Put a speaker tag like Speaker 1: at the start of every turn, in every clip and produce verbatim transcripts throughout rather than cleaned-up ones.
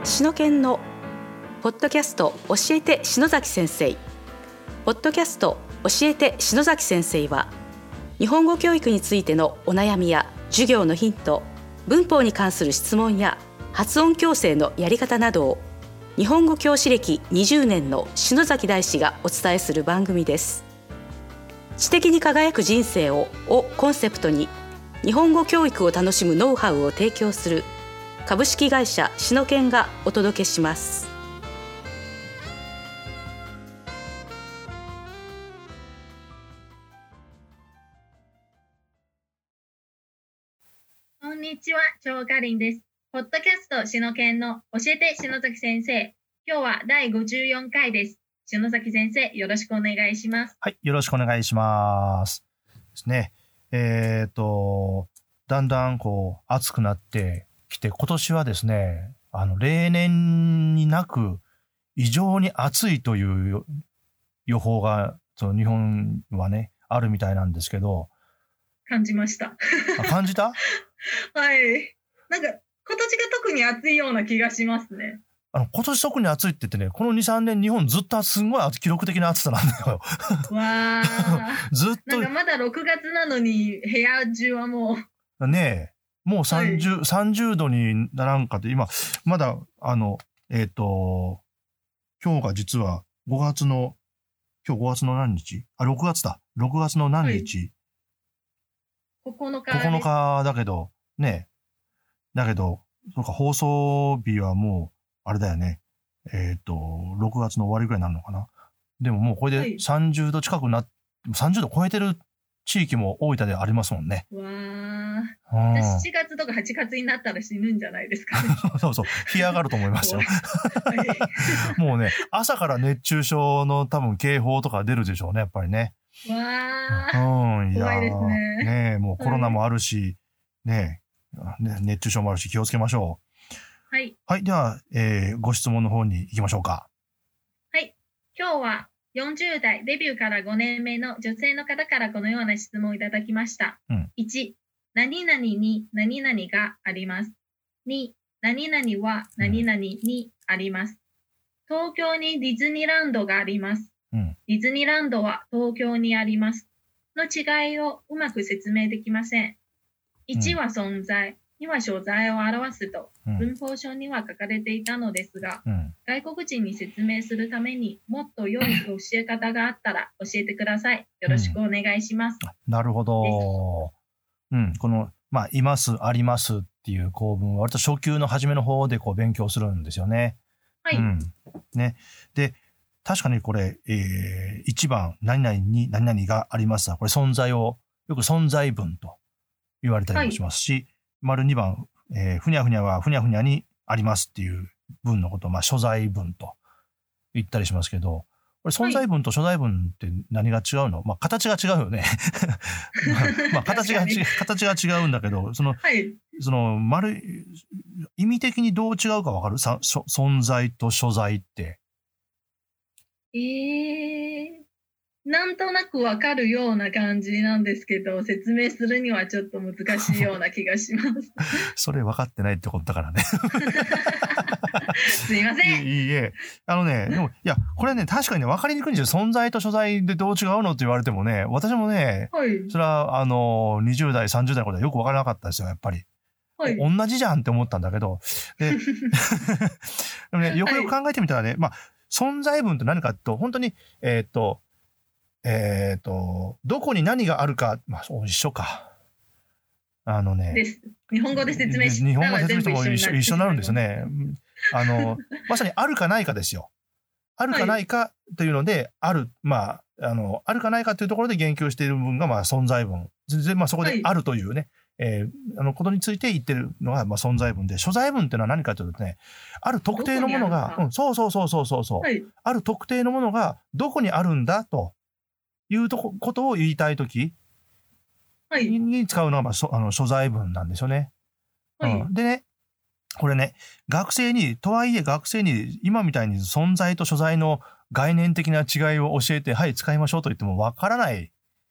Speaker 1: 篠研のポッドキャスト教えて篠崎先生。ポッドキャスト教えて篠崎先生は、日本語教育についてのお悩みや授業のヒント、文法に関する質問や発音矯正のやり方などを、日本語教師歴にじゅうねんの篠崎大師がお伝えする番組です。知的に輝く人生ををコンセプトに、日本語教育を楽しむノウハウを提供する株式会社篠研がお届けします。
Speaker 2: こんにちは、張かりんです。ポッドキャスト篠研の教えて篠崎先生。今日はだいごじゅうよんかいです。篠崎先生、よろしくお願いします。
Speaker 3: はい、よろしくお願いします。ですね。えっと、だんだんこう暑くなってきて、今年はですね、あの例年になく異常に暑いという予報がその日本はねあるみたいなんですけど。
Speaker 2: 感じました。
Speaker 3: あ、感じた？
Speaker 2: はい。なんか今年が特に暑いような気がしますね。
Speaker 3: あの今年特に暑いって言ってね、この にさんねん日本ずっとすごい記録的な暑さなんだよ。
Speaker 2: わー。
Speaker 3: ずっと。
Speaker 2: なんかまだろくがつなのに部屋中はもう。
Speaker 3: ねえ、もうさんじゅう、はい、さんじゅうどにならんかって、今、まだ、あの、えっと、今日が実はごがつの、今日ごがつの何日？あ、ろくがつだ。ろくがつの何日？はい、
Speaker 2: ここのか。
Speaker 3: ここのかだけど、ねえ。だけど、そうか、放送日はもう、あれだよね。えっと、ろくがつの終わりぐらいになるのかな。でももうこれでさんじゅうど近くなっ、はい、さんじゅうど超えてる地域も大分でありますもんね。
Speaker 2: わー。しちがつとかはちがつになったら死ぬんじゃないですかね。
Speaker 3: そうそう。干上がると思いますよ。もうね、朝から熱中症の多分警報とか出るでしょうね、やっぱりね。
Speaker 2: わー。うん、いや怖いですね。
Speaker 3: ねえ、もうコロナもあるし、はい、ねえ、熱中症もあるし気をつけましょう。
Speaker 2: はい。
Speaker 3: はい。では、えー、ご質問の方に行きましょうか。
Speaker 2: はい。今日はよんじゅうだいデビューからごねんめの女性の方からこのような質問をいただきました。うん、いち、何々に何々があります。に、何々は何々にあります。うん、東京にディズニーランドがあります。うん、ディズニーランドは東京にあります。の違いをうまく説明できません。いちは存在。には所在を表すと文法書には書かれていたのですが、うん、外国人に説明するためにもっと良い教え方があったら教えてください。よろしくお願いします。
Speaker 3: うん、なるほど。うん、この、まあ、います、ありますっていう構文は割と初級の初めの方でこう勉強するんですよね。
Speaker 2: はい。うん、
Speaker 3: ね。で、確かにこれ、えー、いちばん、何々に何々がありますが、これ存在を、よく存在文と言われたりもしますし、はい、丸にばん、えー、ふにゃふにゃはふにゃふにゃにありますっていう文のことを、まあ、所在文と言ったりしますけど、これ存在文と所在文って何が違うの？まあ、形が違うよね。まあ、形がち、形が違うんだけど、その、はい、その、丸、意味的にどう違うかわかる？さ、存在と所在って。
Speaker 2: えー。なんとなくわかるような感じなんですけど、説明するにはちょっと難しいような気がします。
Speaker 3: それ分かってないってことだからね。
Speaker 2: すいません。
Speaker 3: いいえ。あのね、でも、いや、これね、確かにね、分かりにくいんですよ。存在と所在でどう違うのって言われてもね、私もね、はい、それは、あの、にじゅうだい、さんじゅうだいのことはよく分からなかったですよ、やっぱり。はい、同じじゃんって思ったんだけど。で、でもね、よくよく考えてみたらね、はい、まあ、存在文って何かってと、本当に、えーっと、えっと、どこに何があるか、まあ、一緒か。あのね。
Speaker 2: です。日本語で説明したら
Speaker 3: 日本語で説明しても一緒、一緒になるんですね。あの、まさにあるかないかですよ。あるかないかというので、はい、ある、まあ、あの、あるかないかというところで言及している部分が、まあ、存在文。全然、まあ、そこであるというね、はい、えー、あの、ことについて言ってるのが、まあ、存在文で、所在文っていうのは何かというとね、ある特定のものが、うん、そうそうそうそうそうそう、はい、ある特定のものがどこにあるんだと。いうとこ、ことを言いたいときに使うのが、まあ、そあの所在文なんですよね、はい、うん。でね、これね、学生に、とはいえ学生に今みたいに存在と所在の概念的な違いを教えて、はい、使いましょうと言ってもわからない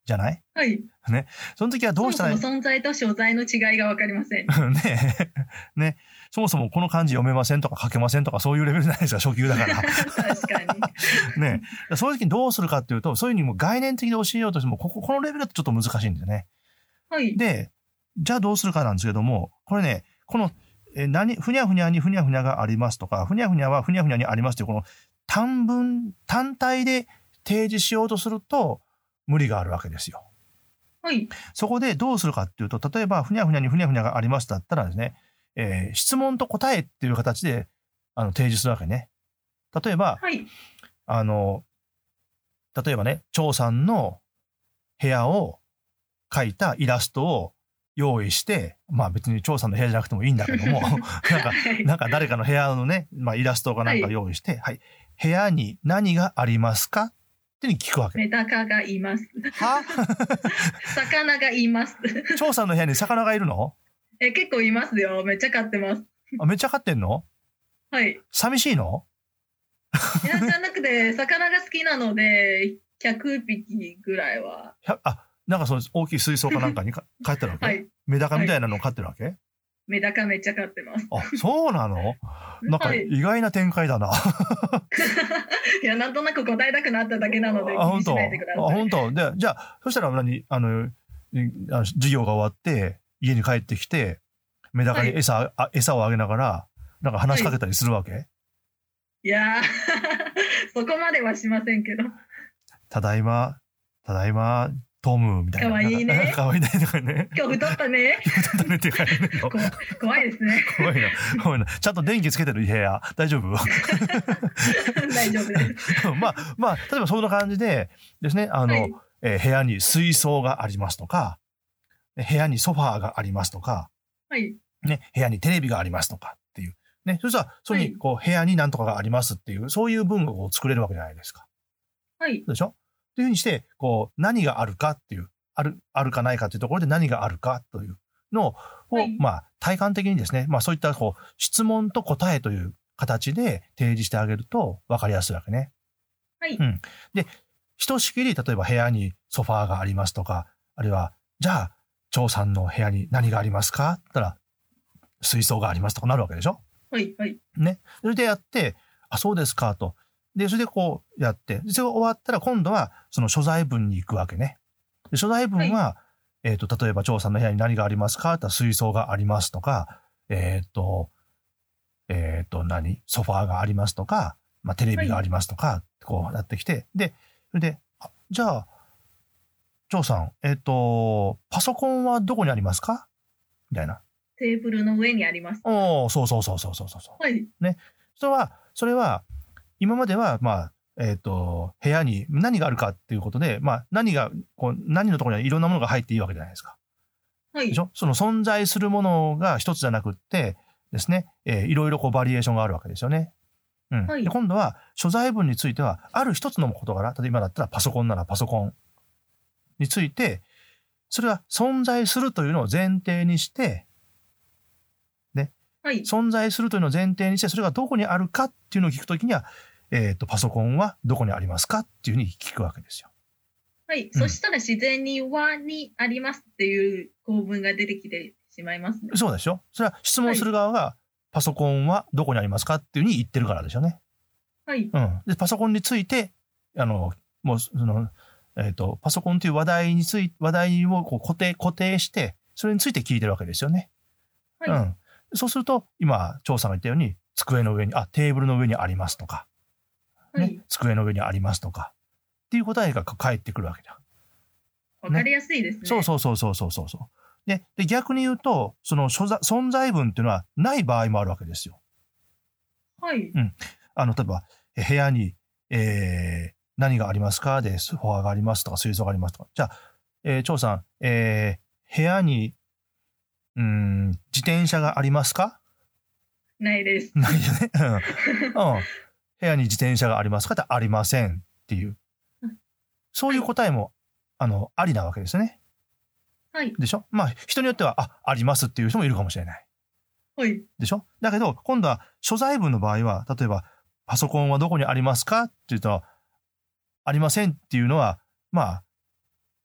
Speaker 3: じゃない？
Speaker 2: はい。
Speaker 3: ね。その時はどうしたらいい？
Speaker 2: そもそも存在と所在の違いがわかりません。
Speaker 3: ねね。そもそもこの漢字読めませんとか書けませんとかそういうレベルじゃないですか、初級だから。
Speaker 2: 確かに。
Speaker 3: ね。そういう時にどうするかっていうと、そういうふうにもう概念的に教えようとしても、ここ、このレベルだとちょっと難しいんですよね。
Speaker 2: はい。
Speaker 3: で、じゃあどうするかなんですけども、これね、この、え、何、ふにゃふにゃにふにゃふにゃがありますとか、ふにゃふにゃはふにゃふにゃにありますという、この単文、単体で提示しようとすると無理があるわけですよ。
Speaker 2: はい。
Speaker 3: そこでどうするかっていうと、例えば、ふにゃふにゃにふにゃふにゃがありますだったらですね、えー、質問と答えっていう形で、あの、提示するわけね。例えば、
Speaker 2: はい。
Speaker 3: あの、例えばね、張さんの部屋を描いたイラストを用意して、まあ別に張さんの部屋じゃなくてもいいんだけども、なんか、なんか誰かの部屋のね、まあイラストかなんか用意して、はい、はい、部屋に何がありますかって聞くわけ。
Speaker 2: メダカがいます。
Speaker 3: は
Speaker 2: 魚がいます。
Speaker 3: 張さんの部屋に魚がいるの？
Speaker 2: え、結構いますよ。めっちゃ飼ってます。
Speaker 3: あ、めっちゃ飼ってんの？
Speaker 2: はい。
Speaker 3: 寂しいの？
Speaker 2: いや、じゃなくて、魚が好きなので、ひゃくぴきぐらいは。
Speaker 3: あ、なんかその大きい水槽かなんかに飼ってるわけ？はい。メダカみたいなのを飼ってるわけ？はい、
Speaker 2: メダカめっちゃ飼ってます。
Speaker 3: あ、そうなの？なんか意外な展開だな。
Speaker 2: いや、なんとなく答えたくなっただけなので、気にしないでください。
Speaker 3: あ、本当。で、じゃあ、そしたら何、あの、授業が終わって、家に帰ってきて、メダカに餌、はい、あ餌をあげながら、なんか話しかけたりするわけ？はい、
Speaker 2: いやー、そこまではしませんけど。
Speaker 3: ただいま、ただいま、トムみたいな。
Speaker 2: かわいいね。
Speaker 3: かわいいねとかね。
Speaker 2: 今日太ったね。
Speaker 3: 太ったねって書いてるの。
Speaker 2: 怖いですね。
Speaker 3: 怖いな。怖いな。ちゃんと電気つけてる部屋。大丈夫？
Speaker 2: 大丈夫です。
Speaker 3: まあ、まあ、例えばそんな感じでですね、あの、はい、えー、部屋に水槽がありますとか、部屋にソファーがありますとか、
Speaker 2: はい。
Speaker 3: ね、部屋にテレビがありますとかっていう。ね、そしたら、それに、こう、部屋に何とかがありますっていう、そういう文語を作れるわけじゃないですか。
Speaker 2: はい。
Speaker 3: でしょ？というふうにして、こう、何があるかっていう、ある、あるかないかというところで何があるかというのを、はい、まあ、体感的にですね、まあそういったこう、質問と答えという形で提示してあげると分かりやすいわけね。
Speaker 2: はい。
Speaker 3: うん。で、ひとしきり、例えば部屋にソファーがありますとか、あるいは、じゃあ、張さんの部屋に何がありますかって言ったら、水槽がありますとかなるわけでしょ？
Speaker 2: はい、はい。
Speaker 3: ね。それでやって、あ、そうですかと。で、それでこうやって、それが終わったら今度はその所在文に行くわけね。で所在文は、はい、えっと、例えば張さんの部屋に何がありますかって言ったら水槽がありますとか、えっと、えっと、何ソファーがありますとか、まあ、テレビがありますとか、はい、こうやってきて、で、それで、あ、じゃあ、張さん、えっと、パソコンはどこにありますかみたいな。
Speaker 2: テーブルの上にあります。
Speaker 3: おー、そうそうそうそうそうそう。
Speaker 2: はい。
Speaker 3: ね。それは、それは、今までは、まあ、えっと、部屋に何があるかっていうことで、まあ、何が、こう、何のところにはいろんなものが入っていいわけじゃないですか。
Speaker 2: はい。
Speaker 3: でしょ？その存在するものが一つじゃなくってですね、えー、いろいろこうバリエーションがあるわけですよね。うん。はい、で今度は、所在文については、ある一つの事柄、例えば今だったらパソコンならパソコンについて、それは存在するというのを前提にして、ね。はい。存在するというのを前提にして、それがどこにあるかっていうのを聞くときには、えっと、パソコンはどこにありますかっていうふうに聞くわけですよ。
Speaker 2: はい。うん、そしたら自然に和にありますっていう構文が出てきてしまいますね。
Speaker 3: そうでしょ？それは質問する側が、パソコンはどこにありますかっていうふうに言ってるからでしょうね。
Speaker 2: はい。
Speaker 3: うん。で、パソコンについて、あの、もう、その、えっと、パソコンという話題について、話題をこう固定、固定して、それについて聞いてるわけですよね。はい。うん。そうすると、今、張さんが言ったように、机の上に、あ、テーブルの上にありますとか、ね、はい、机の上にありますとか、っていう答えが返ってくるわけだ。
Speaker 2: わかりやすいですね。
Speaker 3: そうそうそうそうそうそう。で、で逆に言うと、その存在文っていうのはない場合もあるわけですよ。
Speaker 2: はい。
Speaker 3: うん。あの、例えば、部屋に、えー、何がありますかで、ソファーがありますとか、水槽がありますとか。じゃあ、えー、張さん、えー、部屋に、うーん、自転車がありますか？
Speaker 2: ないです。
Speaker 3: ないよね。うん。うん。部屋に自転車がありますかってありませんっていう。そういう答えも、はい、あの、ありなわけですね。
Speaker 2: はい。
Speaker 3: でしょ？まあ、人によっては、あ、ありますっていう人もいるかもしれない。
Speaker 2: はい。
Speaker 3: でしょ？だけど、今度は所在文の場合は、例えば、パソコンはどこにありますかって言うと、ありませんっていうのは、まあ、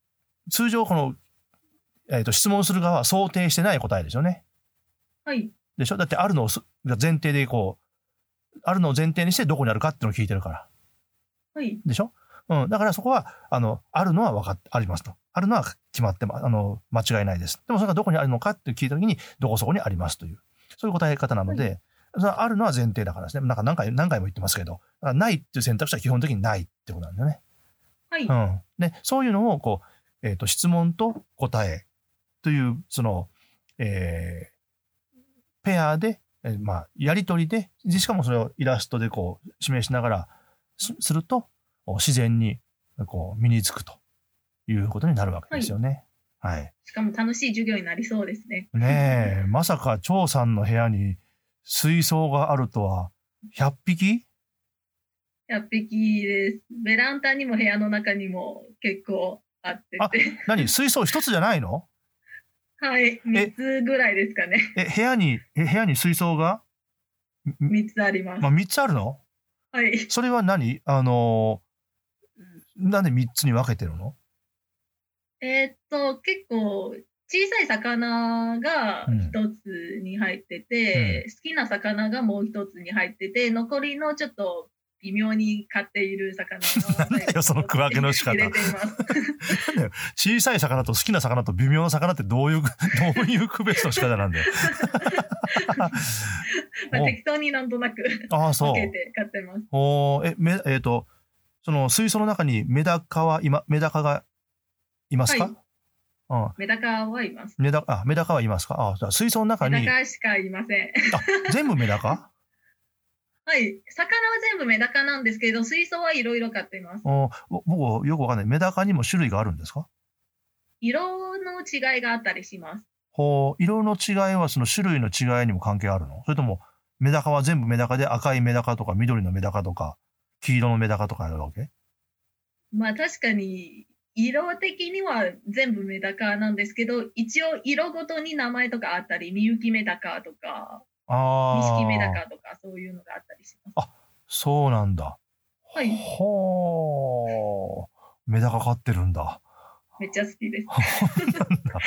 Speaker 3: 通常この、えーと、質問する側は想定してない答えですよね。
Speaker 2: はい。
Speaker 3: でしょ？だってあるのを前提でこう、あるのを前提にしてどこにあるかっていうのを聞いてるから。
Speaker 2: はい。
Speaker 3: でしょ？うん。だからそこは、あの、あるのは分かって、ありますと。あるのは決まってます。あの、間違いないです。でもそれがどこにあるのかって聞いたときに、どこそこにありますという、そういう答え方なので、はい、それはあるのは前提だからですね。なんか何回、何回も言ってますけど、ないっていう選択肢は基本的にないってことなんだよね。
Speaker 2: はい。
Speaker 3: うん。で、そういうのを、こう、えっと、質問と答えという、その、えー、ペアで、えー、まあ、やりとりで、しかもそれをイラストでこう、示しながらす、すると、自然に、こう、身につくということになるわけですよね。はい。はい、
Speaker 2: しかも楽しい授業になりそうですね。
Speaker 3: ねえ、まさか張さんの部屋に水槽があるとは、ひゃっぴき？
Speaker 2: ひゃっぴきです。ベランダにも部屋の中にも結構あってて。
Speaker 3: あ、何？水槽一つじゃないの？
Speaker 2: はい、みっつぐらいですかね。
Speaker 3: え、部屋に、え、部屋に水槽が
Speaker 2: みっつあります。
Speaker 3: まあ、みっつあるの？
Speaker 2: はい。
Speaker 3: それは何？あの、なんでみっつに分けてるの？
Speaker 2: えー、っと、結構、小さい魚が一つに入ってて、うん、好きな魚がもう一つに入ってて、残りのちょっと微妙に飼っている魚
Speaker 3: をなんだよその区分けの仕方。
Speaker 2: 入れています。
Speaker 3: なんだよ、小さい魚と好きな魚と微妙な魚ってどういうどういう区別の仕方なんだよ。
Speaker 2: まあ、適当になんとなく
Speaker 3: あ、そう
Speaker 2: 分けて飼ってます。
Speaker 3: おえめえー、とその水槽の中にメダカは今メダカがいますか？
Speaker 2: はい、うん、メダカはいます。
Speaker 3: メダあメダカはいますか？あ、じゃあ水槽の中に
Speaker 2: メダカしかいません。
Speaker 3: あ、全部メダカ？
Speaker 2: はい、魚は全部メダカなんですけど、水槽はいろいろ飼っています。
Speaker 3: お僕よくわかんない。メダカにも種類があるんですか？
Speaker 2: 色の違いがあったりします。
Speaker 3: ほう、色の違いはその種類の違いにも関係あるの？それともメダカは全部メダカで赤いメダカとか緑のメダカとか黄色のメダカとかあるわけ？
Speaker 2: まあ確かに色的には全部メダカなんですけど、一応色ごとに名前とかあったり、ミユキメダカとか、
Speaker 3: あ
Speaker 2: ニシキメダカとかそういうのがあったりします。
Speaker 3: あ、そうなんだ。
Speaker 2: はい。
Speaker 3: ほー、メダカ飼ってるんだ。
Speaker 2: めっちゃ好きです。
Speaker 3: なんだ。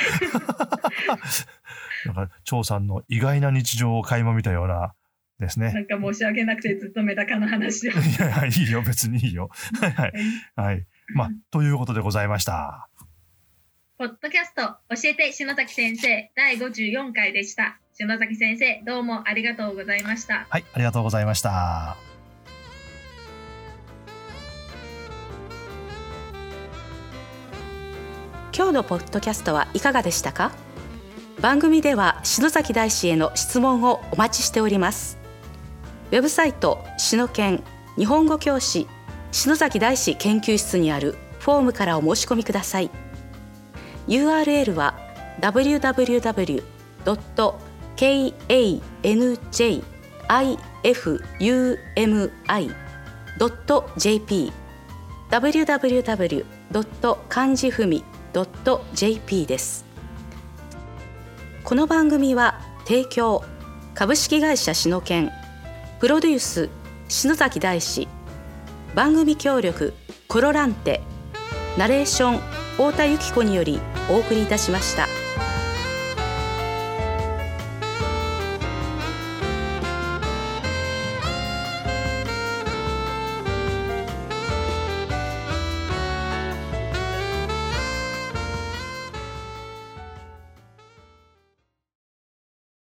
Speaker 3: なんか張さんの意外な日常を垣間見たようなですね。
Speaker 2: なんか申し訳なくてずっとメダカの話を。
Speaker 3: いやいや、いいよ、別にいいよ。はいはい。はい。まあ、ということでございました。
Speaker 2: ポッドキャスト教えて篠崎先生だいごじゅうよんかいでした。篠崎先生、どうもありがとうございました。
Speaker 3: はい、ありがとうございました。
Speaker 1: 今日のポッドキャストはいかがでしたか？番組では篠崎大師への質問をお待ちしております。ウェブサイト篠研日本語教師篠崎大師研究室にあるフォームからお申し込みください。 ユーアールエル は ダブリューダブリューダブリュードットケーエーエヌジェイアイエフユーエムアイドットジェーピー ダブリューダブリューダブリュードット漢字ふみドットジェーピー です。この番組は提供株式会社篠研、プロデュース篠崎大師、番組協力コロランテ、ナレーション太田由紀子によりお送りいたしました。